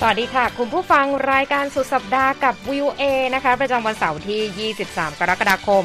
วัสดีค่ะคุณผู้ฟังรายการสุดสัปดาห์กับ VOA นะคะประจำวันเสาร์ที่23กรกฎาคม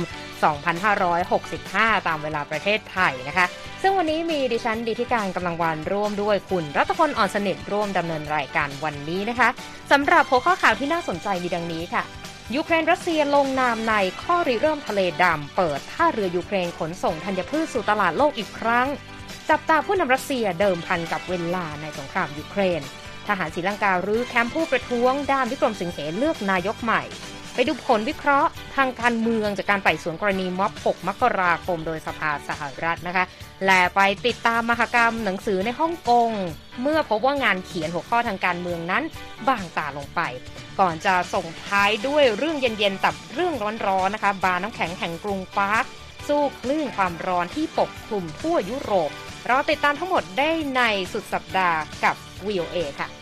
2565ตามเวลาประเทศไทยนะคะซึ่งวันนี้มีดิฉันดิธิการกำลังวันร่วมด้วยคุณรัตพลอ่อนสนิทร่วมดำเนินรายการวันนี้นะคะสำหรับหัวข้อข่าวที่น่าสนใจมีดังนี้ค่ะยูเครนรัสเซียลงนามในข้อริเริ่มทะเลดำเปิดท่าเรือยูเครนขนส่งธัญพืชสู่ตลาดโลกอีกครั้งจับตาผู้นำรัสเซียเดิมพันกับเวลาในสงครามยูเครนทหารศรีลังการื้อแคมป์ผู้ประท้วงด้านวิกรมสิงเหเลือกนายกใหม่ไปดูผลวิเคราะห์ทางการเมืองจากการไต่สวนกรณีม็อบ6มกราคมโดยสภาสหรัฐนะคะและไปติดตามมหกรรมหนังสือในฮ่องกงเมื่อพบว่างานเขียนหัวข้อทางการเมืองนั้นบางตาลงไปก่อนจะส่งท้ายด้วยเรื่องเย็นๆตับเรื่องร้อนๆนะคะบาร์น้ำแข็งแห่งกรุงปาร์คสู้คลื่นความร้อนที่ปกคลุมทั่วยุโรปเราติดตามทั้งหมดได้ในสุดสัปดาห์กับ VOA ค่ะ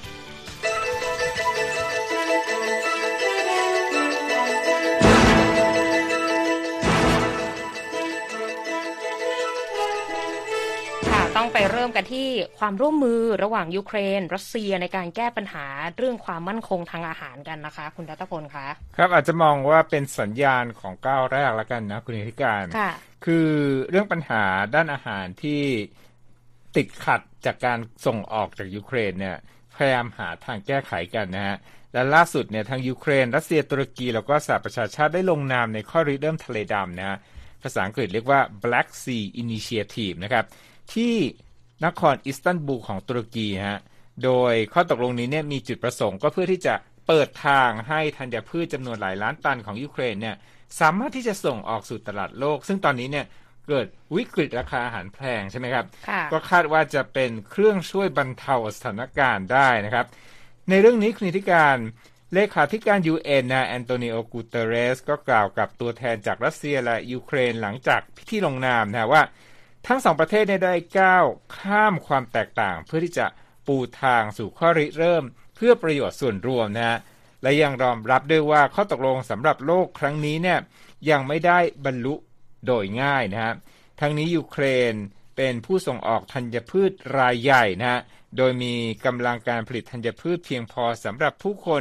ต้องไปเริ่มกันที่ความร่วมมือระหว่างยูเครนรัสเซียในการแก้ปัญหาเรื่องความมั่นคงทางอาหารกันนะคะคุณรัตพลคะครับอาจจะมองว่าเป็นสัญญาณของก้าวแรกแล้วกันนะคุณนิติการคือเรื่องปัญหาด้านอาหารที่ติดขัดจากการส่งออกจากยูเครนเนี่ยพยายามหาทางแก้ไขกันนะฮะและล่าสุดเนี่ยทางยูเครนรัสเซียตุรกีแล้วก็สหประชาชาติได้ลงนามในข้อริเริ่มทะเลดำนะฮะภาษาอังกฤษเรียกว่า Black Sea Initiative นะครับที่นครอิสตันบูลของตุรกีฮะโดยข้อตกลงนี้เนี่ยมีจุดประสงค์ก็เพื่อที่จะเปิดทางให้ธัญพืชจำนวนหลายล้านตันของยูเครนเนี่ยสามารถที่จะส่งออกสู่ตลาดโลกซึ่งตอนนี้เนี่ยเกิดวิกฤตราคาอาหารแพงใช่ไหมครับก็คาดว่าจะเป็นเครื่องช่วยบรรเทาสถานการณ์ได้นะครับในเรื่องนี้คุณนิติการเลขาธิการ UN นะแอนโตนิโอ กูเตเรสก็กล่าวกับตัวแทนจากรัสเซียและยูเครนหลังจากพิธีลงนามนะว่าทั้งสองประเทศได้ก้าวข้ามความแตกต่างเพื่อที่จะปูทางสู่ข้อริเริ่มเพื่อประโยชน์ส่วนรวมนะฮะและยังยอมรับด้วยว่าข้อตกลงสำหรับโลกครั้งนี้เนี่ยยังไม่ได้บรรลุโดยง่ายนะฮะทั้งนี้ยูเครนเป็นผู้ส่งออกธัญพืชรายใหญ่นะฮะโดยมีกำลังการผลิตธัญพืชเพียงพอสำหรับผู้คน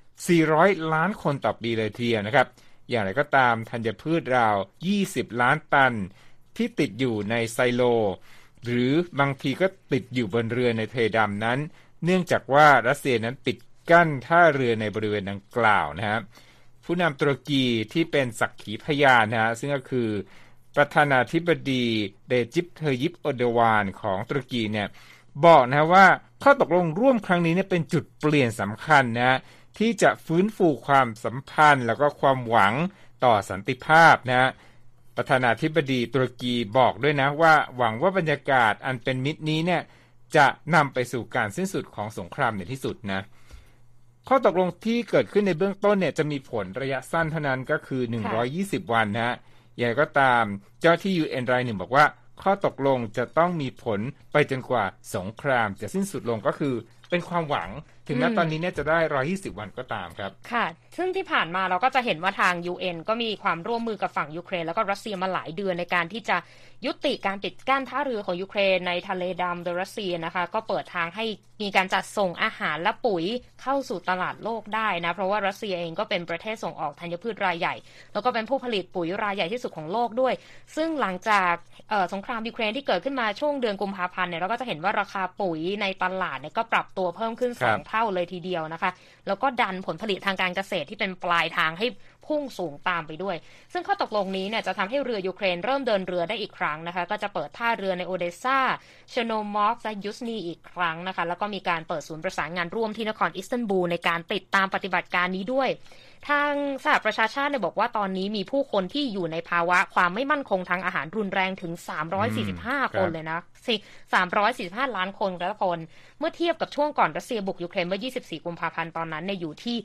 400ล้านคนต่อปีเลยทีเดียวนะครับอย่างไรก็ตามธัญพืชราว20ล้านตันที่ติดอยู่ในไซโลหรือบางทีก็ติดอยู่บนเรือในทะเลดำนั้นเนื่องจากว่ารัสเซียนั้นปิดกั้นท่าเรือในบริเวณดังกล่าวนะฮะผู้นำตุรกีที่เป็นสักขีพยานนะฮะซึ่งก็คือประธานาธิบดีเรจิป เทยิป เออร์โดวานของตุรกีเนี่ยบอกนะว่าข้อตกลงร่วมครั้งนี้เนี่ยเป็นจุดเปลี่ยนสำคัญนะที่จะฟื้นฟูความสัมพันธ์แล้วก็ความหวังต่อสันติภาพนะประธานาธิบดีตุรกีบอกด้วยนะว่าหวังว่าบรรยากาศอันเป็นมิตรนี้เนี่ยจะนำไปสู่การสิ้นสุดของสงครามในที่สุดนะข้อตกลงที่เกิดขึ้นในเบื้องต้นเนี่ยจะมีผลระยะสั้นเท่านั้นก็คือ120วันนะอย่างไรก็ตามเจ้าที่ UN รายหนึ่งบอกว่าข้อตกลงจะต้องมีผลไปจนกว่าสงครามจะสิ้นสุดลงก็คือเป็นความหวังถึงแม้ตอนนี้เนี่ยจะได้120วันก็ตามครับค่ะซึ่งที่ผ่านมาเราก็จะเห็นว่าทาง UN ก็มีความร่วมมือกับฝั่งยูเครนแล้วก็รัสเซียมาหลายเดือนในการที่จะยุติการปิดกั้นท่าเรือของยูเครนในทะเลดำโดยรัสเซียนะคะก็เปิดทางให้มีการจัดส่งอาหารและปุ๋ยเข้าสู่ตลาดโลกได้นะเพราะว่ารัสเซียเองก็เป็นประเทศส่งออกธัญพืชรายใหญ่แล้วก็เป็นผู้ผลิตปุ๋ยรายใหญ่ที่สุดของโลกด้วยซึ่งหลังจากสงครามยูเครนที่เกิดขึ้นมาช่วงเดือนกุมภาพันธ์เนี่ยเราก็จะเห็นว่าราคาปุ๋ยในตลาดเนี่ยก็ปรับตัวเพิ่มขึ้น2เท่าเลยทีเดียวนะคะแล้วก็ดันผลผลิตทางการเกษตรที่เป็นปลายทางให้พุ่งสูงตามไปด้วยซึ่งข้อตกลงนี้เนี่ยจะทำให้เรือยูเครนเริ่มเดินเรือได้อีกครั้งนะคะก็จะเปิดท่าเรือในโอเดสซาเชโนมอร์กและยุสนีอีกครั้งนะคะแล้วก็มีการเปิดศูนย์ประสานงานร่วมที่นครอิสตันบูลในการติดตามปฏิบัติการนี้ด้วยทางสหประชาชาติเนี่ยบอกว่าตอนนี้มีผู้คนที่อยู่ในภาวะความไม่มั่นคงทางอาหารรุนแรงถึง345คนเลยนะ345ล้านคนแต่ละคนเมื่อเทียบกับช่วงก่อนรัสเซียบุกยูเครนเมื่อ24กุมภาพันธ์ตอนนั้นเนี่ยอยู่ที่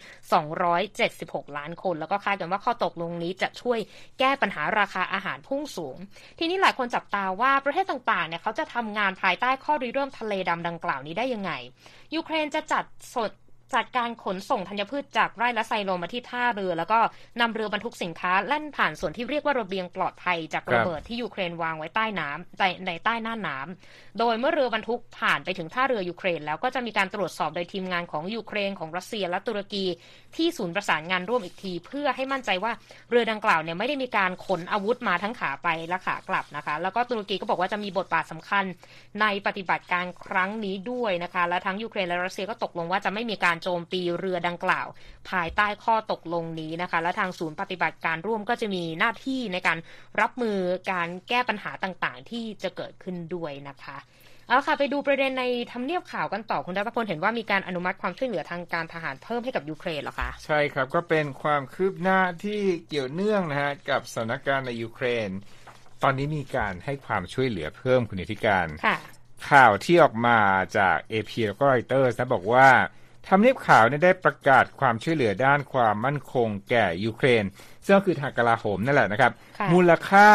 276ล้านคนแล้วก็คาดกันว่าข้อตกลงนี้จะช่วยแก้ปัญหาราคาอาหารพุ่งสูงทีนี้หลายคนจับตาว่าประเทศต่างๆเนี่ยเขาจะทำงานภายใต้ข้อริเริ่มทะเลดำดังกล่าวนี้ได้ยังไงยูเครนจะจัดการขนส่งธัญพืชจากไร่และไซโลมาที่ท่าเรือแล้วก็นำเรือบรรทุกสินค้าแล่นผ่านส่วนที่เรียกว่าระเบียงปลอดภัยจากระเบิดที่ยูเครนวางไว้ใต้น้ำในใต้หน้าน้ำโดยเมื่อเรือบรรทุกผ่านไปถึงท่าเรือยูเครนแล้วก็จะมีการตรวจสอบโดยทีมงานของยูเครนของรัสเซียและตุรกีที่ศูนย์ประสานงานร่วมอีกทีเพื่อให้มั่นใจว่าเรือดังกล่าวเนี่ยไม่ได้มีการขนอาวุธมาทั้งขาไปและขากลับนะคะแล้วก็ตุรกีก็บอกว่าจะมีบทบาทสำคัญในปฏิบัติการครั้งนี้ด้วยนะคะและทั้งยูเครนและรัสเซียก็ตกลงว่าจะไม่มีการโจมตีเรือดังกล่าวภายใต้ข้อตกลงนี้นะคะและทางศูนย์ปฏิบัติการร่วมก็จะมีหน้าที่ในการรับมือการแก้ปัญหาต่างๆที่จะเกิดขึ้นด้วยนะคะเอาค่ะไปดูประเด็นในทำเนียบข่าวกันต่อคุณรัตพลเห็นว่ามีการอนุมัติความช่วยเหลือทางการทหารเพิ่มให้กับยูเครนเหรอคะใช่ครับก็เป็นความคืบหน้าที่เกี่ยวเนื่องนะฮะกับสถานการณ์ในยูเครนตอนนี้มีการให้ความช่วยเหลือเพิ่มคุณธิการข่าวที่ออกมาจาก AP แล้วก็ Reuters นะบอกว่าทำเนียบข่าวได้ประกาศความช่วยเหลือด้านความมั่นคงแก่ยูเครนซึ่งก็คือทางกลาโหมนั่นแหละนะครับมูลค่า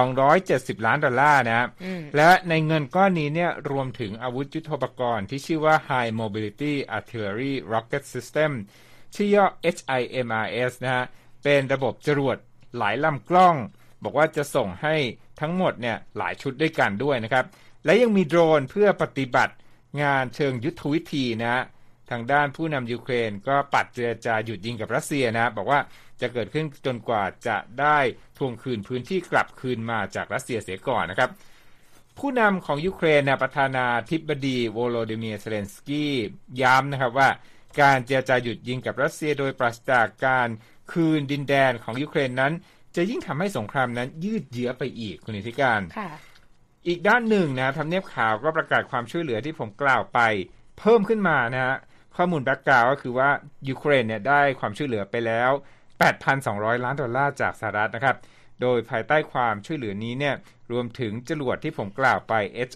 $270 ล้านนะและในเงินก้อนนี้เนี่ยรวมถึงอาวุธยุทโธปกรณ์ที่ชื่อว่า High Mobility Artillery Rocket System ชื่อย่อ HIMARS นะฮะเป็นระบบจรวดหลายลำกล้องบอกว่าจะส่งให้ทั้งหมดเนี่ยหลายชุดด้วยกันด้วยนะครับและยังมีโดรนเพื่อปฏิบัติงานเชิงยุทธวิธีนะทางด้านผู้นำยูเครนก็ปัดเจรจาหยุดยิงกับรัสเซียนะบอกว่าจะเกิดขึ้นจนกว่าจะได้ทวงคืนพื้นที่กลับคืนมาจากรัสเซียเสียก่อนนะครับผู้นำของยูเครนประธานาธิบดีโวโลดิเมียร์ เซเลนสกี้ย้ำนะครับว่าการเจรจาหยุดยิงกับรัสเซียโดยปราศจากการคืนดินแดนของยูเครนนั้นจะยิ่งทำให้สงครามนั้นยืดเยื้อไปอีกคุณนิติการอีกด้านหนึ่งนะทำเนียบข่าวก็ประกาศความช่วยเหลือที่ผมกล่าวไปเพิ่มขึ้นมานะฮะข้อมูลแบ็กกราวด์ก็คือว่ายูเครนเนี่ยได้ความช่วยเหลือไปแล้ว $8,200 ล้านจากสหรัฐนะครับโดยภายใต้ความช่วยเหลือนี้เนี่ยรวมถึงจรวดที่ผมกล่าวไป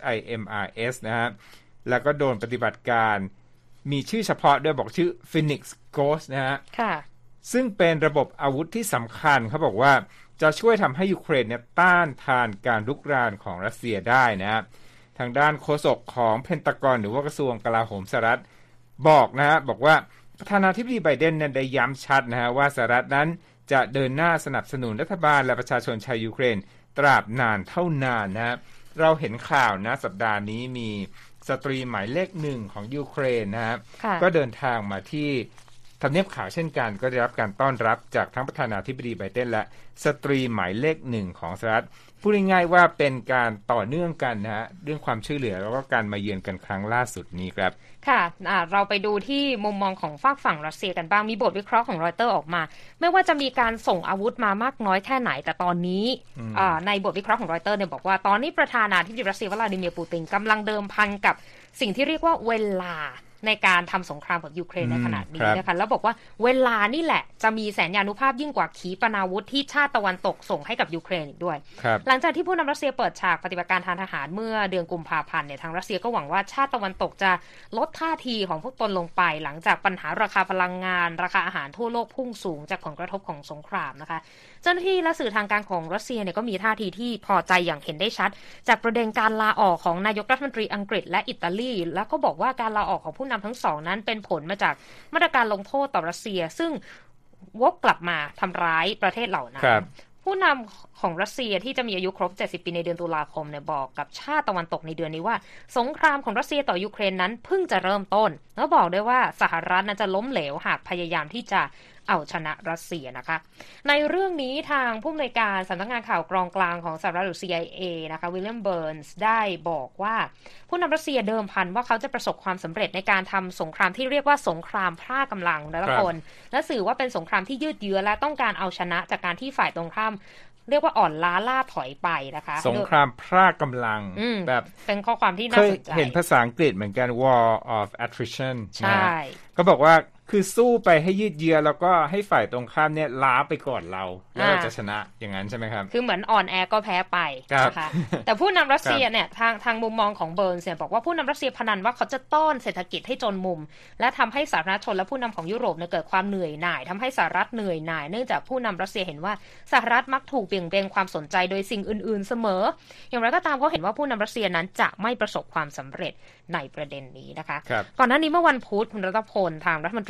HIMARS นะฮะแล้วก็โดนปฏิบัติการมีชื่อเฉพาะด้วยบอกชื่อ Phoenix Ghost นะฮะซึ่งเป็นระบบอาวุธที่สำคัญเขาบอกว่าจะช่วยทำให้ยูเครนเนี่ยต้านทานการรุกรานของรัสเซียได้นะทางด้านโฆษกของเพนตากอนหรือว่ากระทรวงกลาโหมสหรัฐบอกว่าประธานาธิบดีไบเดนได้ย้ำชัดนะฮะว่าสหรัฐนั้นจะเดินหน้าสนับสนุนรัฐบาลและประชาชนชาวยูเครนตราบนานเท่านานนะฮะเราเห็นข่าวนะสัปดาห์นี้มีสตรีหมายเลข1ของยูเครนนะฮะก็เดินทางมาที่ทำเนียบข่าวเช่นกันก็ได้รับการต้อนรับจากทั้งประธานาธิบดีไบเดนและสตรีหมายเลข1ของสหรัฐพูดง่ายๆว่าเป็นการต่อเนื่องกันนะฮะเรื่องความช่วยเหลือแล้วก็การมาเยือนกันครั้งล่าสุดนี้ครับค่ะเราไปดูที่มุมมองของฝากฝั่งรัสเซียกันบ้างมีบทวิเคราะห์ของรอยเตอร์ออกมาไม่ว่าจะมีการส่งอาวุธมามากน้อยแค่ไหนแต่ตอนนี้ในบทวิเคราะห์ของรอยเตอร์เนี่ยบอกว่าตอนนี้ประธานาธิบดีรัสเซียวลาดิเมียร์ปูตินกำลังเดิมพันกับสิ่งที่เรียกว่าเวลาในการทำสงครามกับยูเครนในขณะนี้นะคะแล้วบอกว่าเวลานี่แหละจะมีแสนยานุภาพยิ่งกว่าขีปนาวุธที่ชาติตะวันตกส่งให้กับยูเครนอีกด้วยหลังจากที่ผู้นำรัสเซียเปิดฉากปฏิบัติการทางทหารเมื่อเดือนกุมภาพันธ์เนี่ยทางรัสเซียก็หวังว่าชาติตะวันตกจะลดท่าทีของพวกตนลงไปหลังจากปัญหาราคาพลังงานราคาอาหารทั่วโลกพุ่งสูงจากผลกระทบของสงครามนะคะเจ้าหน้าที่และสื่อทางการของรัสเซียเนี่ยก็มีท่าทีที่พอใจอย่างเห็นได้ชัดจากประเด็นการลาออกของนายกรัฐมนตรีอังกฤษและอิตาลีแล้วก็บอกว่าการลาออกของผู้นำทั้งสองนั้นเป็นผลมาจากมาตรการลงโทษต่อรัสเซียซึ่งวกกลับมาทำร้ายประเทศเหล่านั้นผู้นำของรัสเซียที่จะมีอายุครบ70ปีในเดือนตุลาคมเนี่ยบอกกับชาติตะวันตกในเดือนนี้ว่าสงครามของรัสเซียต่อยูเครนนั้นเพิ่งจะเริ่มต้นแล้วบอกด้วยว่าสหรัฐนั้นจะล้มเหลวหากพยายามที่จะเอาชนะรัสเซียนะคะในเรื่องนี้ทางผู้อำนวยการสำนักงานข่าวกรองกลางของสหรัฐหรือ CIA นะคะวิลเลียมเบิร์นส์ได้บอกว่าผู้นำรัสเซียเดิมพันว่าเขาจะประสบความสำเร็จในการทำสงครามที่เรียกว่าสงครามพล่ากำลังแต่ละคนและสื่อว่าเป็นสงครามที่ยืดเยื้อและต้องการเอาชนะจากการที่ฝ่ายตรงข้ามเรียกว่าอ่อนล้าล่าถอยไปนะคะสงครามพล่ากำลังแบบเป็นข้อความที่น่าสนใจเห็นภาษาอังกฤษเหมือนกัน War of Attrition ใช่ก็บอกว่าคือสู้ไปให้ยืดเยื้อแล้วก็ให้ฝ่ายตรงข้ามเนี่ยล้าไปก่อนเราแล้วเราจะชนะอย่างนั้นใช่ไหมครับคือเหมือนอ่อนแอก็แพ้ไปนะคะแต่ผู้นำรัสเซียเนี่ยทางมุมมองของเบิร์นเนี่ยบอกว่าผู้นำรัสเซียพนันว่าเขาจะต้อนเศรษฐกิจให้จนมุมและทำให้สาธารณชนและผู้นำของยุโรปเนี่ยเกิดความเหนื่อยหน่ายทำให้สหรัฐเหนื่อยหน่ายเนื่องจากผู้นำรัสเซียเห็นว่าสหรัฐมักถูกเบี่ยงเบนความสนใจโดยสิ่งอื่นๆเสมออย่างไรก็ตามเขาเห็นว่าผู้นำรัสเซียนั้นจะไม่ประสบความสำเร็จในประเด็นนี้นะคะก่อนหน้านี้เมื่อวันพุธคุณรัตพลทางรัฐมนตรี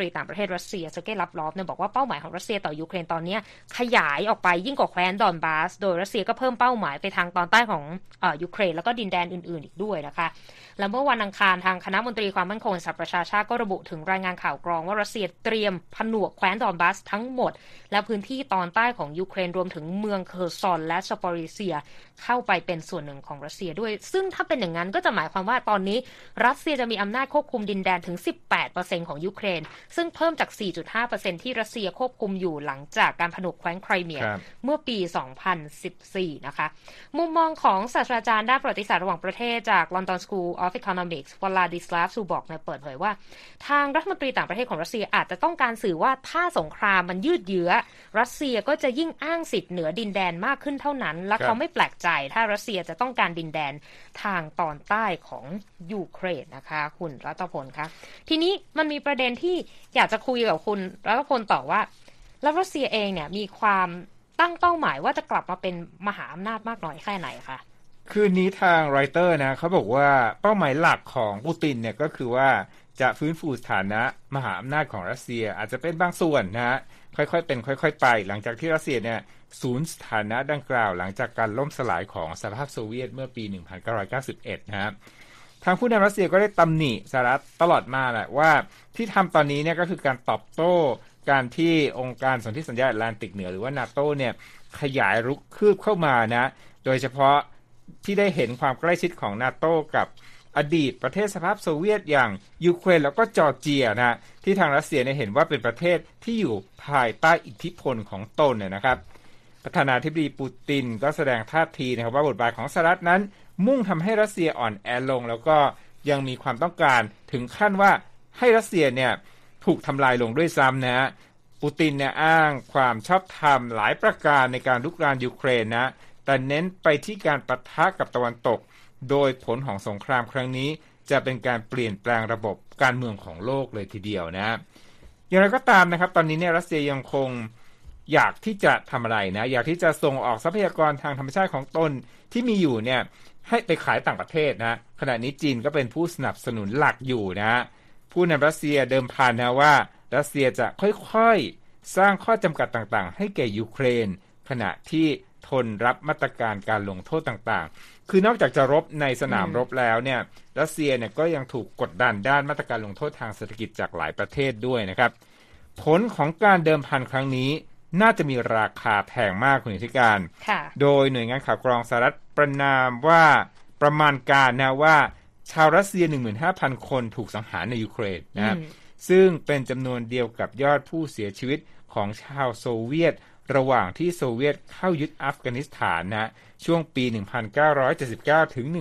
ต่างประเทศรัสเซียเซอร์เกย์ ลัฟรอฟเนี่ยบอกว่าเป้าหมายของรัสเซียต่อยูเครนตอนนี้ขยายออกไปยิ่งกว่าแคว้นดอนบาสโดยรัสเซียก็เพิ่มเป้าหมายไปทางตอนใต้ของยูเครนแล้วก็ดินแดนอื่นๆอีกด้วยนะคะและเมื่อวันอังคารทางคณะมนตรีความมั่นคงสหประชาชาติก็ระบุถึงรายงานข่าวกรองว่ารัสเซียเตรียมผนวกแคว้นดอนบาสทั้งหมดและพื้นที่ตอนใต้ของยูเครนรวมถึงเมืองเคอร์ซอนและซาปอริเซียเข้าไปเป็นส่วนหนึ่งของรัสเซียด้วยซึ่งถ้าเป็นอย่างนั้นก็จะหมายความว่าตอนนี้รัสเซียจะมีอำนาจควบคุมดินแดนถึง 18% ของยูเครนซึ่งเพิ่มจาก 4.5% ที่รัสเซียควบคุมอยู่หลังจากการผนวกแคว้นไครเมียเมื่อปี 2014 นะคะมุมมองของศาสตราจารย์ด้านประวัติศาสตร์ระหว่างประเทศจาก London School of Economics วลาดิสลาฟ ซูบอกเปิดเผยว่าทางรัฐมนตรีต่างประเทศของรัสเซียอาจจะต้องการสื่อว่าถ้าสงครามมันยืดเยื้อรัสเซียก็จะยิ่งอ้างสิทธิ์เหนือดินแดนมากขึ้นเท่านั้นและเขาไม่แปลกใจถ้ารัสเซียจะต้องการดินแดนทางตอนใต้ของยูเครนนะคะคุณรัตพลคะทีนี้มันมีประเด็นที่อยากจะคุยกับคุณรัตพลต่อว่าแล้วรัสเซียเองเนี่ยมีความตั้งเป้าหมายว่าจะกลับมาเป็นมหาอำนาจมากน้อยแค่ไหนคะคืนนี้ทางรอยเตอร์นะเขาบอกว่าเป้าหมายหลักของปูตินเนี่ยก็คือว่าจะฟื้นฟูสถานะมหาอำนาจของรัสเซียอาจจะเป็นบางส่วนนะฮะค่อยๆเป็นค่อยๆไปหลังจากที่รัสเซียเนี่ยสูญสถานะดังกล่าวหลังจากการล่มสลายของสหภาพโซเวียตเมื่อปี 1991 นะฮะทางผู้นำรัสเซียก็ได้ตำหนิสหรัฐตลอดมาแหละว่าที่ทำตอนนี้เนี่ยก็คือการตอบโต้การที่องค์การสนธิสัญญาแอตแลนติกเหนือหรือว่านาโต้เนี่ยขยายรุกคืบเข้ามานะโดยเฉพาะที่ได้เห็นความใกล้ชิดของนาโต้กับอดีตประเทศสหภาพโซเวียตอย่างยูเครนแล้วก็จอร์เจียนะที่ทางรัสเซียเนี่ยเห็นว่าเป็นประเทศที่อยู่ภายใต้อิทธิพลของตนเนี่ยนะครับประธานาธิบดีปูตินก็แสดงท่าทีนะครับว่าบทบาทของสหรัฐนั้นมุ่งทำให้รัสเซียอ่อนแอลงแล้วก็ยังมีความต้องการถึงขั้นว่าให้รัสเซียเนี่ยถูกทำลายลงด้วยซ้ำนะปูตินเนี่ยอ้างความชอบธรรมหลายประการในการรุกรานยูเครนนะแต่เน้นไปที่การปะทะกับตะวันตกโดยผลของสงครามครั้งนี้จะเป็นการเปลี่ยนแปลงระบบการเมืองของโลกเลยทีเดียวนะอย่างไรก็ตามนะครับตอนนี้เนี่ยรัสเซียยังคงอยากที่จะทำอะไรนะอยากที่จะส่งออกทรัพยากรทางธรรมชาติของตนที่มีอยู่เนี่ยให้ไปขายต่างประเทศนะขณะนี้จีนก็เป็นผู้สนับสนุนหลักอยู่นะผู้นำรัสเซียเดิมพันนะว่ารัสเซียจะค่อยๆสร้างข้อจำกัดต่างๆให้แก่ยูเครนขณะที่ทนรับมาตรการการลงโทษต่างๆคือนอกจากจะรบในสนามรบแล้วเนี่ยรัสเซียเนี่ยก็ยังถูกกดดันด้านมาตรการลงโทษทางเศรษฐกิจจากหลายประเทศด้วยนะครับผลของการเดิมพันครั้งนี้น่าจะมีราคาแพงมากคุณธิการโดยหน่วยงานข่าวกรองสหรัฐประนามว่าประมาณการนะว่าชาวรัสเซีย 15,000 คนถูกสังหารในยูเครนนะครับซึ่งเป็นจำนวนเดียวกับยอดผู้เสียชีวิตของชาวโซเวียตระหว่างที่โซเวียตเข้ายึดอัฟกานิสถานนะช่วงปี 1979 ถึง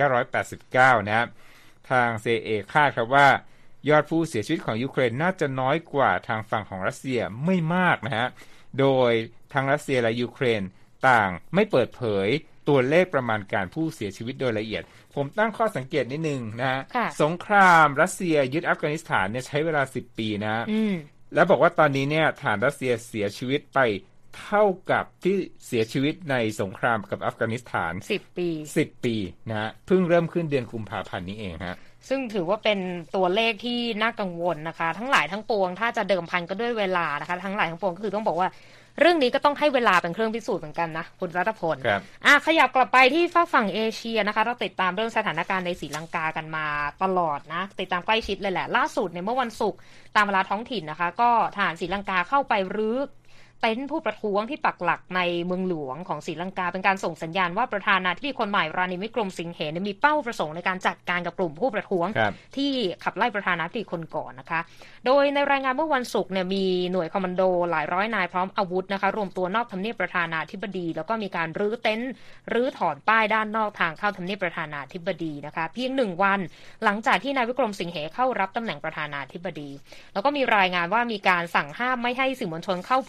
1989 นะทาง CIA คาดครับว่ายอดผู้เสียชีวิตของยูเครนน่าจะน้อยกว่าทางฝั่งของรัสเซียไม่มากนะฮะโดยทั้งรัสเซียและยูเครนต่างไม่เปิดเผยตัวเลขประมาณการผู้เสียชีวิตโดยละเอียดผมตั้งข้อสังเกตนิดนึงนะสงครามรัสเซียยึดอัฟกานิสถานเนี่ยใช้เวลา10 ปีนะแล้วบอกว่าตอนนี้เนี่ยฐานรัสเซียเสียชีวิตไปเท่ากับที่เสียชีวิตในสงครามกับอัฟกานิสถาน10 ปีนะเพิ่งเริ่มขึ้นเดือนกุมภาพันธ์นี้เองฮะซึ่งถือว่าเป็นตัวเลขที่น่ากังวลนะคะทั้งหลายทั้งปวงถ้าจะเดิมพันก็ด้วยเวลานะคะทั้งหลายทั้งปวงก็คือต้องบอกว่าเรื่องนี้ก็ต้องให้เวลาเป็นเครื่องพิสูจน์เหมือนกันนะคุณรัตพลขยับกลับไปที่ฝั่งเอเชียนะคะเราติดตามเรื่องสถานการณ์ในศรีลังกากันมาตลอดนะติดตามใกล้ชิดเลยแหละล่าสุดในเมื่อวันศุกร์ตามเวลาท้องถิ่นนะคะก็ทหารศรีลังกาเข้าไปรื้อเต็นท์ผู้ประท้วงที่ปักหลักในเมืองหลวงของศรีลังกาเป็นการส่งสัญญาณว่าประธานาธิบดีคนใหม่รานิล วิกรมสิงเหมีเป้าประสงค์ในการจัดการกับกลุ่มผู้ประท้วงที่ขับไล่ประธานาธิบดีคนก่อนนะคะโดยในรายงานเมื่อวันศุกร์เนี่ยมีหน่วยคอมมานโดหลายร้อยนายพร้อมอาวุธนะคะรวมตัวนอกทำเนียบประธานาธิบดีแล้วก็มีการรื้อเต็นท์รื้อถอนป้ายด้านนอกทางเข้าทำเนียบประธานาธิบดีนะคะเพียง1 วันหลังจากที่นายวิกรมสิงเหเข้ารับตำแหน่งประธานาธิบดีแล้วก็มีรายงานว่ามีการสั่งห้ามไม่ให้สื่อมวลชนเข้าพื้นที่การ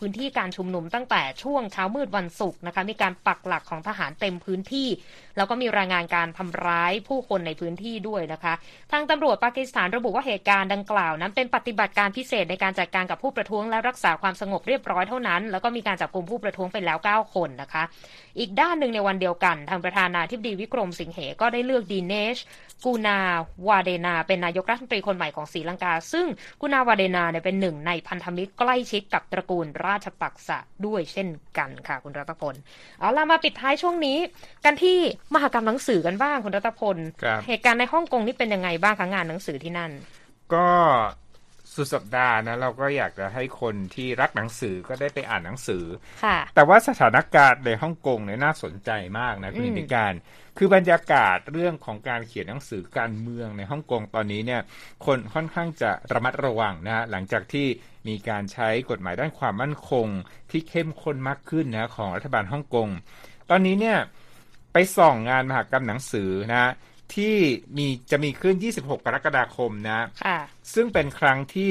การชุมนุมตั้งแต่ช่วงเช้ามืดวันศุกร์นะคะมีการปักหลักของทหารเต็มพื้นที่แล้วก็มีรายงานการทำร้ายผู้คนในพื้นที่ด้วยนะคะทางตำรวจปากีสถานระบุว่าเหตุการณ์ดังกล่าวนั้นเป็นปฏิบัติการพิเศษในการจัดการกับผู้ประท้วงและรักษาความสงบเรียบร้อยเท่านั้นแล้วก็มีการจับกุมผู้ประท้วงไปแล้ว9คนนะคะอีกด้านหนึ่งในวันเดียวกันทางประธานาธิบดีวิกรมสิงเหก็ได้เลือกดิเนชกูนาวาเดนาเป็นนายกรัฐมนตรีคนใหม่ของศรีลังกาซึ่งกูนาวาเดนาเนี่ยเป็นหนึ่งในพันธมิตรใกล้ชิดกับตระกูลราชปักษะด้วยเช่นกันค่ะคุณรัตพลเอาล่ะมาปิดท้ายช่วงนี้กันที่มหกรรมหนังสือกันบ้างคุณรัตพลเหตุการณ์ในฮ่องกงนี่เป็นยังไงบ้างคะงานหนังสือที่นั่นก็สุดสัปดาห์นะเราก็อยากจะให้คนที่รักหนังสือก็ได้ไปอ่านหนังสือแต่ว่าสถานการณ์ในฮ่องกงเนี่ยน่าสนใจมากนะคุณนิการคือบรรยากาศเรื่องของการเขียนหนังสือการเมืองในฮ่องกงตอนนี้เนี่ยคนค่อนข้างจะระมัดระวังนะหลังจากที่มีการใช้กฎหมายด้านความมั่นคงที่เข้มข้นมากขึ้นนะของรัฐบาลฮ่องกงตอนนี้เนี่ยไปส่องงานมหกรรมหนังสือนะที่จะมีขึ้น26กรกฎาคมนะซึ่งเป็นครั้งที่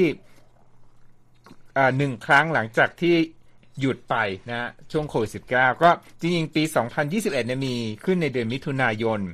1ครั้งหลังจากที่หยุดไปนะช่วงโควิด -19 ก็จริงๆปี2021เนี่ยมีขึ้นในเดือนมิถุนายน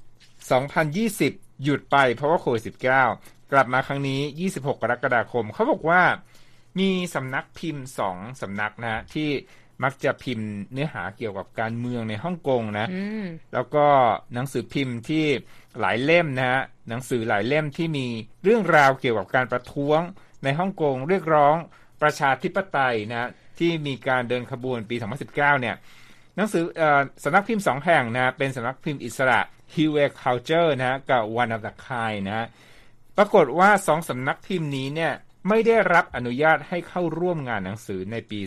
2020หยุดไปเพราะว่าโควิด -19 กลับมาครั้งนี้26กรกฎาคมเขาบอกว่ามีสำนักพิมพ์2สำนักนะที่มักจะพิมพ์เนื้อหาเกี่ยวกับการเมืองในฮ่องกงนะแล้วก็หนังสือพิมพ์ที่หลายเล่มนะฮะหนังสือหลายเล่มที่มีเรื่องราวเกี่ยวกับการประท้วงในฮ่องกงเรียกร้องประชาธิปไตยนะที่มีการเดินขบวนปี2019เนี่ยหนังสือสำนักพิมพ์2แห่งนะเป็นสำนักพิมพ์อิสระ Hue Culture นะกับ One of the Kind นะปรากฏว่า2สำนักพิมพ์นี้เนี่ยไม่ได้รับอนุญาตให้เข้าร่วมงานหนังสือในปี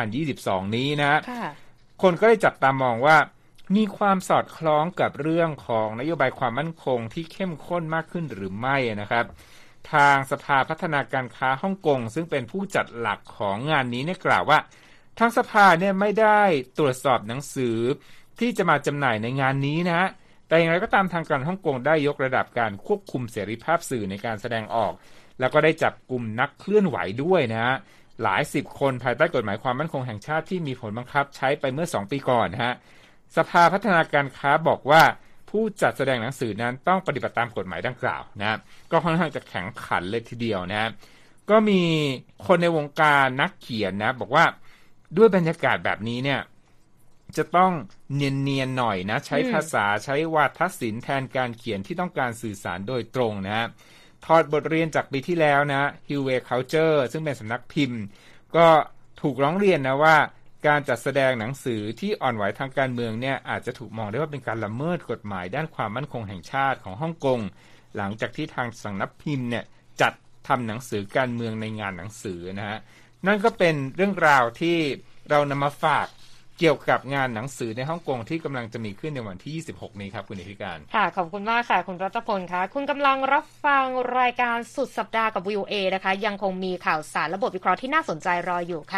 2022นี้นะคนก็เลยจับตามองว่ามีความสอดคล้องกับเรื่องของนโยบายความมั่นคงที่เข้มข้นมากขึ้นหรือไม่นะครับทางสภาพัฒนาการค้าฮ่องกงซึ่งเป็นผู้จัดหลักของงานนี้เนี่ยกล่าวว่าทางสภาเนี่ยไม่ได้ตรวจสอบหนังสือที่จะมาจำหน่ายในงานนี้นะแต่อย่างไรก็ตามทางการฮ่องกงได้ยกระดับการควบคุมเสรีภาพสื่อในการแสดงออกแล้วก็ได้จับกลุ่มนักเคลื่อนไหวด้วยนะฮะหลายสิบคนภายใต้กฎหมายความมั่นคงแห่งชาติที่มีผลบังคับใช้ไปเมื่อ2ปีก่อนนะฮะสภาพัฒนาการค้าบอกว่าผู้จัดแสดงหนังสือนั้นต้องปฏิบัติตามกฎหมายดังกล่าวนะก็ค่อนข้างจะแข็งขันเลยทีเดียวนะก็มีคนในวงการนักเขียนนะบอกว่าด้วยบรรยากาศแบบนี้เนี่ยจะต้องเนียนๆหน่อยนะใช้ภาษาใช้วาทศิลป์แทนการเขียนที่ต้องการสื่อสารโดยตรงนะถอดบทเรียนจากปีที่แล้วนะ Hue Culture ซึ่งเป็นสำนักพิมพ์ก็ถูกร้องเรียนนะว่าการจัดแสดงหนังสือที่อ่อนไหวทางการเมืองเนี่ยอาจจะถูกมองได้ว่าเป็นการละเมิดกฎหมายด้านความมั่นคงแห่งชาติของฮ่องกงหลังจากที่ทางสำนักพิมพ์เนี่ยจัดทำหนังสือการเมืองในงานหนังสือนะฮะนั่นก็เป็นเรื่องราวที่เรานำมาฝากเกี่ยวกับงานหนังสือในฮ่องกงที่กำลังจะมีขึ้นในวันที่26นี้ครับคุณนิติการค่ะขอบคุณมากค่ะคุณรัตพลค่ะคุณกำลังรับฟังรายการสุดสัปดาห์กับ VOA นะคะยังคงมีข่าวสารและบทวิเคราะห์ที่น่าสนใจรออยู่ค่ะ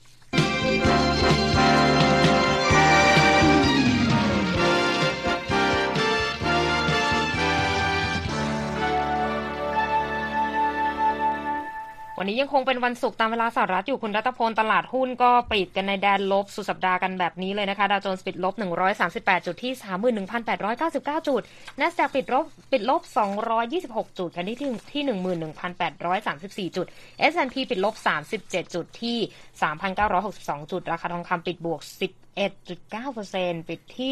วันนี้ยังคงเป็นวันศุกร์ตามเวลาสหรัฐอยู่คุณรัตพลตลาดหุ้นก็ปิดกันในแดนลบสุดสัปดาห์กันแบบนี้เลยนะคะดาวโจนส์ปิดลบ138จุดที่ 31,899 จุด NASDAQ ปิดลบ226จุดกันที่ 11,834 จุด S&P ปิดลบ37จุดที่ 3,962 จุดราคาทองคำปิดบวก11.9% ปิดที่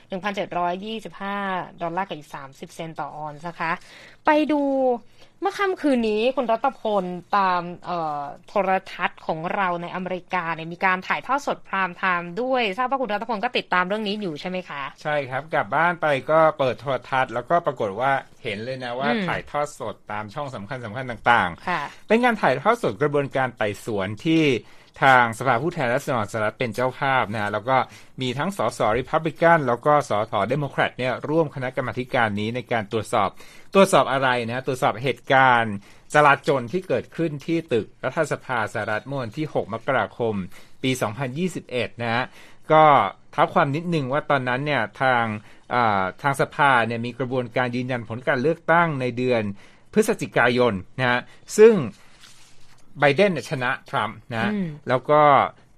1,725 ดอลลาร์กับอีก30เซนต์ต่อออนซ์นะคะไปดูเมื่อค่ำคืนนี้คุณรัตพลตามโทรทัศน์ของเราในอเมริกาเนี่ยมีการถ่ายทอดสดพรามไทม์ด้วยทราบว่าคุณรัตพลก็ติดตามเรื่องนี้อยู่ใช่ไหมคะใช่ครับกลับบ้านไปก็เปิดโทรทัศน์แล้วก็ปรากฏว่าเห็นเลยนะว่าถ่ายทอดสดตามช่องสำคัญต่างๆเป็นการถ่ายทอดสดกระบวนการไต่สวนที่ทางสภาผู้แทนราษฎรสหรัฐเป็นเจ้าภาพนะแล้วก็มีทั้งสสริพับลิกันแล้วก็สสเดโมแครตเนี่ยร่วมคณะกรรมาธิการนี้ในการตรวจสอบอะไรนะตรวจสอบเหตุการณ์จลาจลที่เกิดขึ้นที่ตึกรัฐสภาสหรัฐเมื่อวันที่6มกราคมปี2021นะฮะก็ท้าความนิดนึงว่าตอนนั้นเนี่ยทางสภาเนี่ยมีกระบวนการยืนยันผลการเลือกตั้งในเดือนพฤศจิกายนนะฮะซึ่งไบเดนชนะทรัมป์นะแล้วก็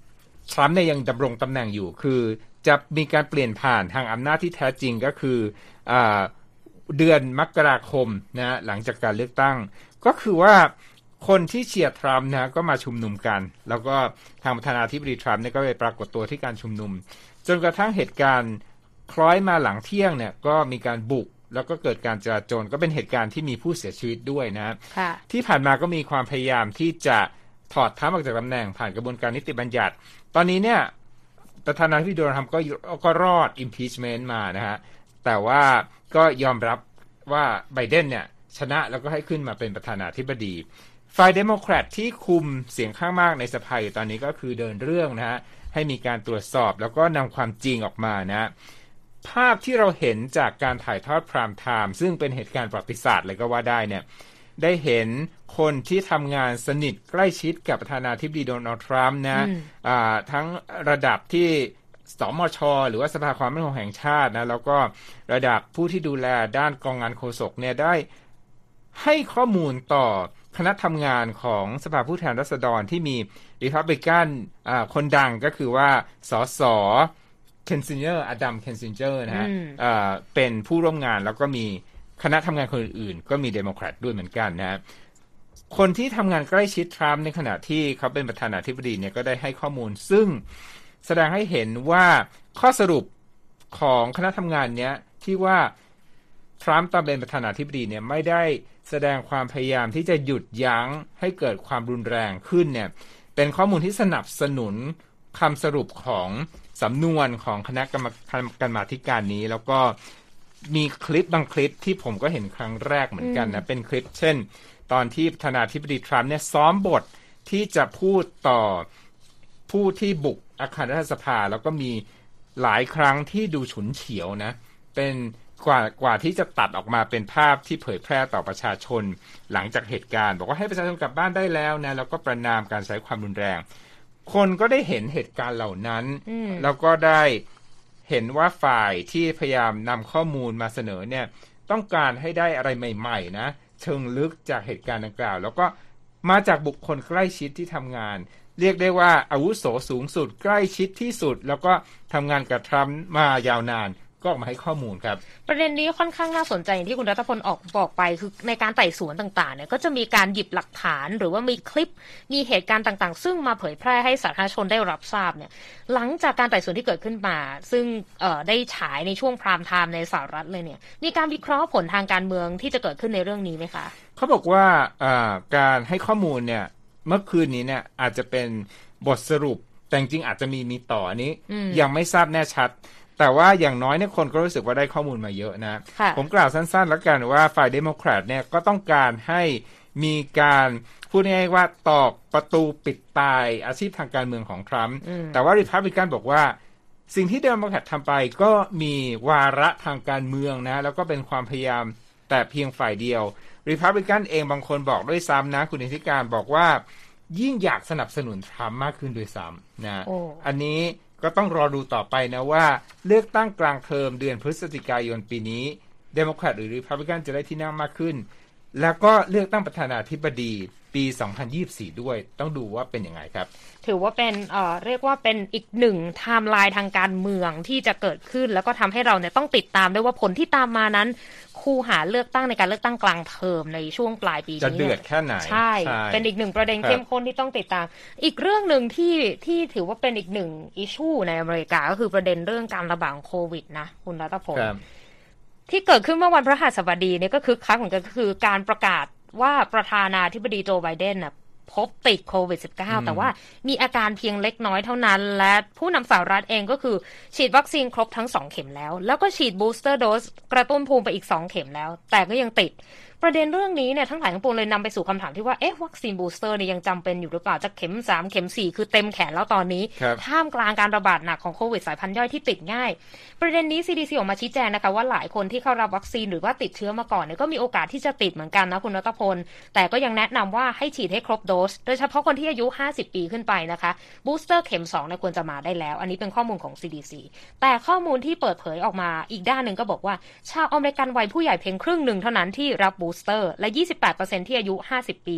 ทรัมป์เนี่ยยังดำรงตำแหน่งอยู่คือจะมีการเปลี่ยนผ่านทางอำนาจที่แท้จริงก็คือเดือนมกราคมนะหลังจากการเลือกตั้งก็คือว่าคนที่เชียร์ทรัมป์นะก็มาชุมนุมกันแล้วก็ทางประธานาธิบดีทรัมป์เนี่ยก็ไปปรากฏตัวที่การชุมนุมจนกระทั่งเหตุการณ์คล้อยมาหลังเที่ยงเนี่ยก็มีการบุกแล้วก็เกิดการจลาจลก็เป็นเหตุการณ์ที่มีผู้เสียชีวิตด้วยนะที่ผ่านมาก็มีความพยายามที่จะถอดทรัมป์ออกจากตำแหน่งผ่านกระบวนการนิติบัญญัติตอนนี้เนี่ยประธานาธิบดีโดนัลด์ทรัมป์ก็รอด impeachment มานะฮะแต่ว่าก็ยอมรับว่าไบเดนเนี่ยชนะแล้วก็ให้ขึ้นมาเป็นประธานาธิบดีฝ่ายเดโมแครตที่คุมเสียงข้างมากในสภาอยู่ตอนนี้ก็คือเดินเรื่องนะฮะให้มีการตรวจสอบแล้วก็นำความจริงออกมานะภาพที่เราเห็นจากการถ่ายทอดพรามไทม์ซึ่งเป็นเหตุการณ์ประวัติศาสตร์เลยก็ว่าได้เนี่ยได้เห็นคนที่ทำงานสนิทใกล้ชิดกับประธานาธิบดีโดนัลด์ทรัมป์นะทั้งระดับที่สมช.หรือว่าสภาความมั่นคงแห่งชาตินะแล้วก็ระดับผู้ที่ดูแลด้านกองงานโฆษกเนี่ยได้ให้ข้อมูลต่อคณะทำงานของสภาผู้แทนราษฎรที่มีรีพับลิกันคนดังก็คือว่าสสเคนซินเจอร์อดัมเคนซินเจอร์นะฮะเป็นผู้ร่วมงานแล้วก็มีคณะทำงานคนอื่นๆก็มีเดโมแครตด้วยเหมือนกันนะคนที่ทำงานใกล้ชิดทรัมป์ในขณะที่เขาเป็นประธานาธิบดีเนี่ยก็ได้ให้ข้อมูลซึ่งแสดงให้เห็นว่าข้อสรุปของคณะทำงานเนี้ยที่ว่าทรัมป์ตอนเป็นประธานาธิบดีเนี่ยไม่ได้แสดงความพยายามที่จะหยุดยั้งให้เกิดความรุนแรงขึ้นเนี่ยเป็นข้อมูลที่สนับสนุนคำสรุปของสำนวนของคณะกรรมาธิการนี้แล้วก็มีคลิปบางคลิปที่ผมก็เห็นครั้งแรกเหมือนกันนะเป็นคลิปเช่นตอนที่ประธานาธิบดีทรัมป์เนี่ยซ้อมบทที่จะพูดต่อผู้ที่บุกอาคารรัฐสภาแล้วก็มีหลายครั้งที่ดูฉุนเฉียวนะเป็นกว่าที่จะตัดออกมาเป็นภาพที่เผยแพร่ต่อประชาชนหลังจากเหตุการณ์บอกว่าให้ประชาชนกลับบ้านได้แล้วนะแล้วก็ประณามการใช้ความรุนแรงคนก็ได้เห็นเหตุการณ์เหล่านั้นแล้วก็ได้เห็นว่าฝ่ายที่พยายามนำข้อมูลมาเสนอเนี่ยต้องการให้ได้อะไรใหม่ๆนะเชิงลึกจากเหตุการณ์ดังกล่าวแล้วก็มาจากบุคคลใกล้ชิดที่ทำงานเรียกได้ว่าอาวุโสสูงสุดใกล้ชิดที่สุดแล้วก็ทำงานกับทรัมป์มายาวนานก็ออกมาให้ข้อมูลครับประเด็นนี้ค่อนข้างน่าสนใจอย่างที่คุณรัตพลบอกไปคือในการไต่สวนต่างๆเนี่ยก็จะมีการหยิบหลักฐานหรือว่ามีคลิปมีเหตุการณ์ต่างๆซึ่งมาเผยแพร่ให้สาธารณชนได้รับทราบเนี่ยหลังจากการไต่สวนที่เกิดขึ้นมาซึ่งได้ฉายในช่วงพรามไทม์ในสหรัฐเลยเนี่ยมีการวิเคราะห์ผลทางการเมืองที่จะเกิดขึ้นในเรื่องนี้ไหมคะเขาบอกว่าการให้ข้อมูลเนี่ยเมื่อคืนนี้เนี่ยอาจจะเป็นบทสรุปแต่จริงๆอาจจะมีต่ออันนี้ยังไม่ทราบแน่ชัดแต่ว่าอย่างน้อยเนี่ยคนก็รู้สึกว่าได้ข้อมูลมาเยอะนะผมกล่าวสั้นๆแล้วกันว่าฝ่ายเดโมแครตเนี่ยก็ต้องการให้มีการพูดง่ายๆว่าตอกประตูปิดตายอาชีพทางการเมืองของทรัมป์แต่ว่ารีพับลิกันบอกว่าสิ่งที่เดโมแครตทำไปก็มีวาระทางการเมืองนะแล้วก็เป็นความพยายามแต่เพียงฝ่ายเดียวรีพับลิกันเองบางคนบอกด้วยซ้ำนะคุณนิติการบอกว่ายิ่งอยากสนับสนุนทรัมป์มากขึ้นด้วยซ้ำนะอันนี้ก็ต้องรอดูต่อไปนะว่าเลือกตั้งกลางเทอมเดือนพฤศจิกายนปีนี้เดโมแครตหรือรีพับลิกันจะได้ที่นั่งมากขึ้นแล้วก็เลือกตั้งประธานาธิบดีปี2024ด้วยต้องดูว่าเป็นยังไงครับถือว่าเป็นเรียกว่าเป็นอีกหนึ่งไทม์ไลน์ทางการเมืองที่จะเกิดขึ้นแล้วก็ทำให้เราเนี่ยต้องติดตามด้วยว่าผลที่ตามมานั้นคู่หาเลือกตั้งในการเลือกตั้งกลางเทอมในช่วงปลายปีนี้จะเดือดแค่ไหนใช่เป็นอีกหนึ่งประเด็นเข้มข้นที่ต้องติดตามอีกเรื่องนึงที่ถือว่าเป็นอีกหนึ่งอิชชูในอเมริกาก็คือประเด็นเรื่องการระบาดโควิดนะคุณรัตพลที่เกิดขึ้นเมื่อวันพฤหัสบดีเนี่ยก็คือครั้งเหมือนกันก็คือการประกาศว่าประธานาธิบดีโจไบเดนน่ะพบติดโควิด -19 แต่ว่ามีอาการเพียงเล็กน้อยเท่านั้นและผู้นำสหรัฐเองก็คือฉีดวัคซีนครบทั้ง2เข็มแล้วก็ฉีดบูสเตอร์โดสกระตุ้นภูมิไปอีก2เข็มแล้วแต่ก็ยังติดประเด็นเรื่องนี้เนี่ยทั้งหลายทั้งปวงเลยนำไปสู่คำถามที่ว่าวัคซีนบูสเตอร์เนี่ยยังจำเป็นอยู่หรือเปล่าจะเข็ม3เข็ม4คือเต็มแขนแล้วตอนนี้ท่ามกลางการระบาดหนักของโควิดสายพันธุ์ย่อยที่ติดง่ายประเด็นนี้ CDC ออกมาชี้แจงนะคะว่าหลายคนที่เข้ารับวัคซีนหรือว่าติดเชื้อมาก่อนเนี่ยก็มีโอกาสที่จะติดเหมือนกันนะคุณรัตพลแต่ก็ยังแนะนำว่าให้ฉีดให้ครบโดสโดยเฉพาะคนที่อายุ50ปีขึ้นไปนะคะบูสเตอร์เข็ม2เนี่ยควรจะมาได้แล้วอันนี้เป็นข้อมูลของ CDC แต่ข้อมูลที่เปิดเผยออกมาอีกด้านนึงก็บอกว่าชาวอเมริกันวัยผู้ใหญ่เพียงครึ่งนึงเท่านั้นที่รับบูสเตอร์และ28% ที่อายุ50ปี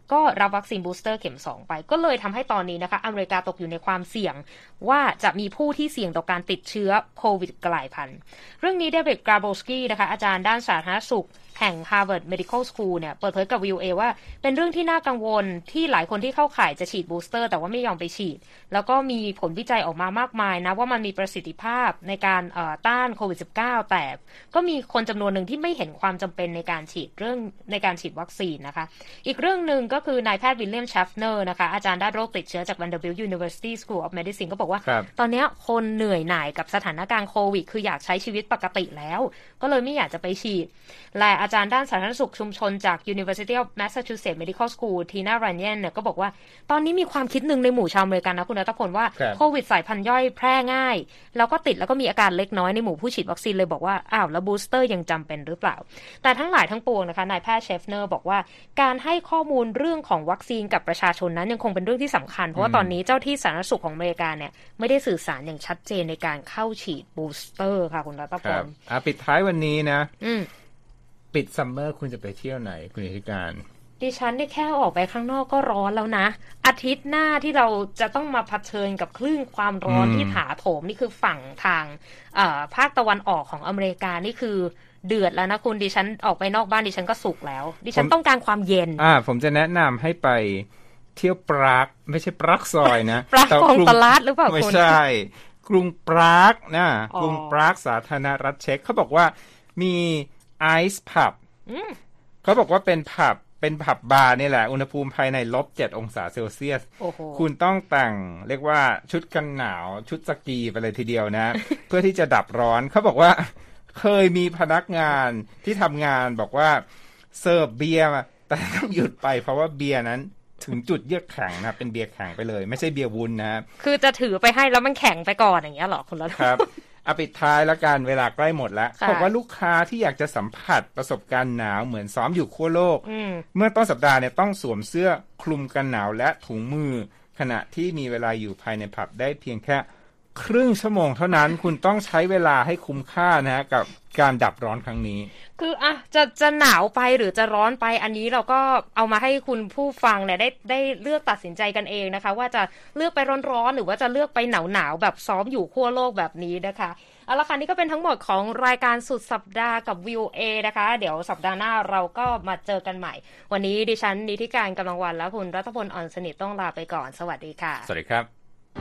ก็รับวัคซีนบูสเตอร์เข็ม2ไปก็เลยทำให้ตอนนี้นะคะอเมริกาตกอยู่ในความเสี่ยงว่าจะมีผู้ที่เสี่ยงต่อการติดเชื้อโควิดกลายพันธุ์เรื่องนี้เดวิดกราโบสกี้นะคะอาจารย์ด้านสาธารณสุขแห่ง Harvard Medical School เนี่ยเปิดเผยกับ VOA ว่าเป็นเรื่องที่น่ากังวลที่หลายคนที่เข้าข่ายจะฉีดบูสเตอร์แต่ว่าไม่ยอมไปฉีดแล้วก็มีผลวิจัยออกมามากมายนะว่ามันมีประสิทธิภาพในการต้านโควิด -19 แต่ก็มีคนจำนวนหนึ่งที่ไม่เห็นความจำเป็นในการฉีดวัคซีนนะคะอีกเรื่องหนึ่งก็คือนายแพทย์วิลเลียมชัฟเนอร์นะคะอาจารย์ด้านโรคติดเชื้อจาก Vanderbilt University School of Medicine ก็บอกว่าตอนนี้คนเหนื่อยหน่ายกับสถานการณ์โควิดคืออยากใช้ชีวิตปกติแล้วก็เลยไม่อยากจะไปฉีดและอาจารย์ด้านสาธารณสุขชุมชนจาก University of Massachusetts Medical School ทีน่าไรเนียนเนี่ยก็บอกว่าตอนนี้มีความคิดหนึ่งในหมู่ชาวอเมริกันนะคุณณัฐพลว่าโควิดสายพันธุ์ย่อยแพร่ง่ายแล้วก็ติดแล้วก็มีอาการเล็กน้อยในหมู่ผู้ฉีดวัคซีนเลยบอกว่าอ้าวแล้วบูสเตอร์ยังจำเป็นหรือเปล่าแต่ทั้งหลายทั้งปวงนะคะนายแพทย์เชฟเนอร์บอกว่าการให้ข้อมูลเรื่องของวัคซีนกับประชาชนนั้นยังคงเป็นเรื่องที่สำคัญเพราะว่าตอนนี้เจ้าที่สาธารณสุขของอเมริกาเนี่ยไม่ได้สื่อสารอย่างชัดเจนในการเข้าฉีดบูสเตอร์ค่ะคุณณัฐพลปิดท้ายวันนี้นะปิดซัมเมอร์คุณจะไปเที่ยวไหนคุณนิติการดิฉันเนี่ยแค่ออกไปข้างนอกก็ร้อนแล้วนะอาทิตย์หน้าที่เราจะต้องมาเผชิญกับคลื่นความร้อนที่ถาโถมนี่คือฝั่งทางภาคตะวันออกของอเมริกานี่คือเดือดแล้วนะคุณดิฉันออกไปนอกบ้านดิฉันก็สุกแล้วดิฉันต้องการความเย็นผมจะแนะนำให้ไปเที่ยวปรากไม่ใช่ปรากซอยนะปรากของตลาดหรือเปล่าคุณไม่ใช่กรุงปรากนะกรุงปรากสาธารณรัฐเช็กเขาบอกว่ามีไอซ์ผับเขาบอกว่าเป็นผับบาร์นี่แหละอุณหภูมิภายใน-7 องศาเซลเซียสคุณต้องแต่งเรียกว่าชุดกันหนาวชุดสกีไปเลยทีเดียวนะ เพื่อที่จะดับร้อนเขาบอกว่าเคยมีพนักงานที่ทำงานบอกว่าเสิร์ฟเบียร์แต่ต้องหยุดไปเพราะว่าเบียร์นั้นถึงจุดเยือกแข็งนะเป็นเบียร์แข็งไปเลยไม่ใช่เบียร์วุ้นนะคือจะถือไปให้แล้วมันแข็งไปก่อนอย่างเงี้ยหรอคุณละครับปิดท้ายแล้วกันเวลาใกล้หมดแล้วบอกว่าลูกค้าที่อยากจะสัมผัสประสบการณ์หนาวเหมือนซ้อมอยู่ขั้วโลกเมื่อต้นสัปดาห์เนี่ยต้องสวมเสื้อคลุมกันหนาวและถุงมือขณะที่มีเวลาอยู่ภายในผับได้เพียงแค่ครึ่งชั่วโมงเท่านั้น คุณต้องใช้เวลาให้คุ้มค่านะฮะกับการดับร้อนครั้งนี้คือจะหนาวไปหรือจะร้อนไปอันนี้เราก็เอามาให้คุณผู้ฟังเนี่ยได้เลือกตัดสินใจกันเองนะคะว่าจะเลือกไปร้อนๆหรือว่าจะเลือกไปหนาวแบบซ้อมอยู่ขั้วโลกแบบนี้นะคะเอาละค่ะนี่ก็เป็นทั้งหมดของรายการสุดสัปดาห์กับ VOA นะคะเดี๋ยวสัปดาห์หน้าเราก็มาเจอกันใหม่วันนี้ดิฉันนิติการกำลังวันและคุณรัฐพลอ่อนสนิทต้องลาไปก่อนสวัสดีค่ะสวัสดีครับ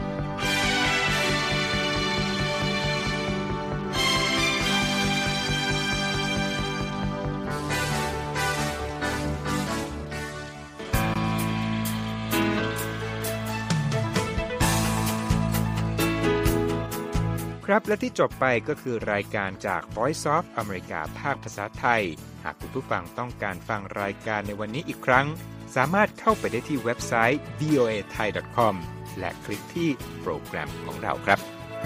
ครับและที่จบไปก็คือรายการจาก Voice of America ภาคภาษาไทยหากคุณผู้ฟังต้องการฟังรายการในวันนี้อีกครั้งสามารถเข้าไปได้ที่เว็บไซต์ voathai.com และคลิกที่โปรแกรมของเราครับ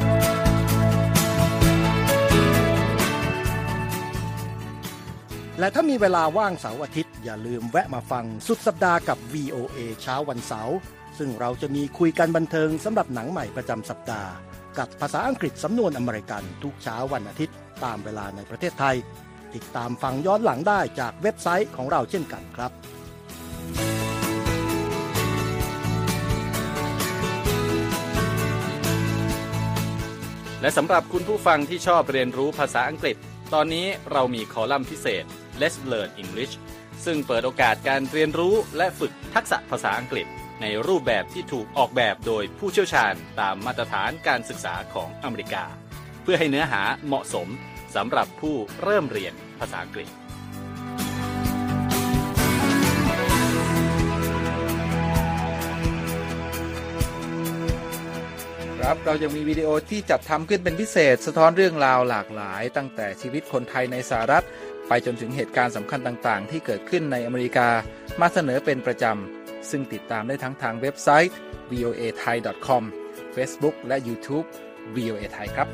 และถ้ามีเวลาว่างเสาร์อาทิตย์อย่าลืมแวะมาฟังสุดสัปดาห์กับ VOA เช้าวันเสาร์ซึ่งเราจะมีคุยกันบันเทิงสำหรับหนังใหม่ประจำสัปดาห์กับภาษาอังกฤษสำนวนอเมริกันทุกเช้าวันอาทิตย์ตามเวลาในประเทศไทยติดตามฟังย้อนหลังได้จากเว็บไซต์ของเราเช่นกันครับและสำหรับคุณผู้ฟังที่ชอบเรียนรู้ภาษาอังกฤษตอนนี้เรามีคอลัมน์พิเศษ Let's Learn English ซึ่งเปิดโอกาสการเรียนรู้และฝึกทักษะภาษาอังกฤษในรูปแบบที่ถูกออกแบบโดยผู้เชี่ยวชาญตามมาตรฐานการศึกษาของอเมริกาเพื่อให้เนื้อหาเหมาะสมสำหรับผู้เริ่มเรียนภาษาอังกฤษครับเรายังมีวิดีโอที่จัดทำขึ้นเป็นพิเศษสะท้อนเรื่องราวหลากหลายตั้งแต่ชีวิตคนไทยในสหรัฐไปจนถึงเหตุการณ์สำคัญต่างๆที่เกิดขึ้นในอเมริกามาเสนอเป็นประจำซึ่งติดตามได้ทั้งทางเว็บไซต์ voathai.com Facebook และ YouTube VOA Thai ครับ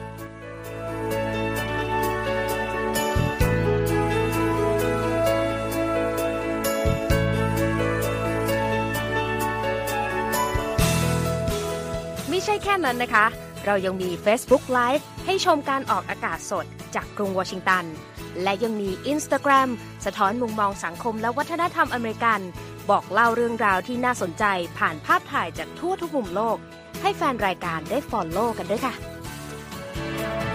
ไม่ใช่แค่นั้นนะคะเรายังมี Facebook Live ให้ชมการออกอากาศสดจากกรุงวอชิงตันและยังมี Instagram สะท้อนมุมมองสังคมและวัฒนธรรมอเมริกันบอกเล่าเรื่องราวที่น่าสนใจผ่านภาพถ่ายจากทั่วทุกมุมโลกให้แฟนรายการได้ฟอลโล่กันด้วยค่ะ